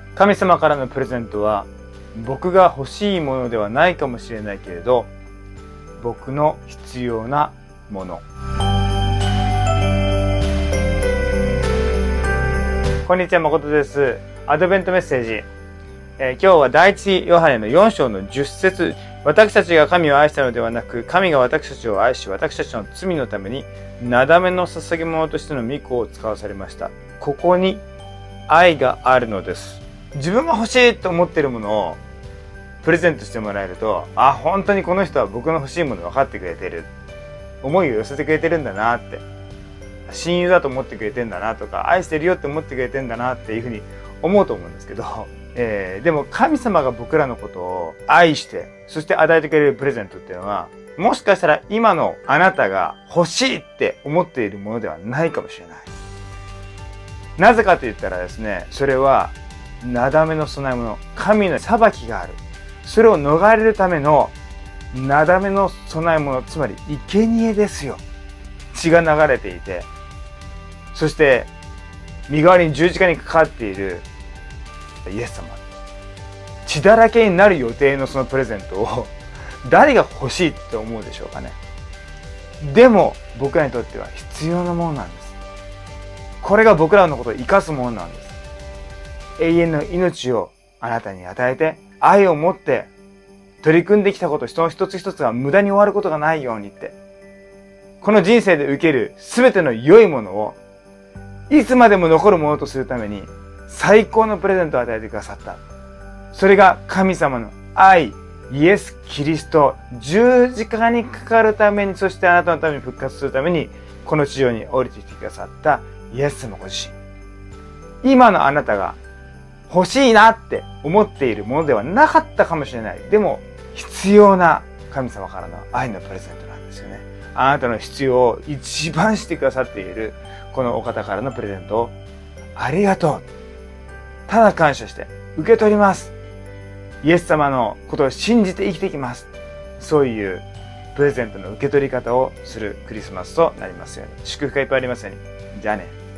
神様からのプレゼントは僕が欲しいものではないかもしれないけれど、僕の必要なもの。こんにちは、誠です。アドベントメッセージ。今日は第一ヨハネの4章の10節。私たちが神を愛したのではなく、神が私たちを愛し、私たちの罪のためになだめの捧げ物としての御子を使わされました。ここに愛があるのです。自分が欲しいと思っているものをプレゼントしてもらえると、本当にこの人は僕の欲しいもの分かってくれてる。思いを寄せてくれてるんだなって。親友だと思ってくれてんだなとか、愛してるよって思ってくれてんだなっていうふうに思うと思うんですけど、でも神様が僕らのことを愛して、そして与えてくれるプレゼントっていうのは、もしかしたら今のあなたが欲しいって思っているものではないかもしれない。なぜかと言ったらですね、それはなだめの供え物、神の裁きがある。それを逃れるためのなだめの供え物、つまり生贄ですよ。血が流れていて、そして身代わりに十字架にかかっているイエス様。血だらけになる予定のそのプレゼントを誰が欲しいって思うでしょうかね。でも僕らにとっては必要なものなんです。これが僕らのことを生かすものなんです。永遠の命をあなたに与えて、愛を持って取り組んできたこと、その一つ一つが無駄に終わることがないようにって、この人生で受けるすべての良いものをいつまでも残るものとするために最高のプレゼントを与えてくださった。それが神様の愛、イエス・キリスト、十字架にかかるために、そしてあなたのために復活するために、この地上に降りてきてくださったイエス様ご自身。今のあなたが欲しいなって思っているものではなかったかもしれない。でも必要な神様からの愛のプレゼントなんですよね。あなたの必要を一番してくださっているこのお方からのプレゼントをありがとう。ただ感謝して受け取ります。イエス様のことを信じて生きていきます。そういうプレゼントの受け取り方をするクリスマスとなりますように。祝福がいっぱいありますように。じゃあね。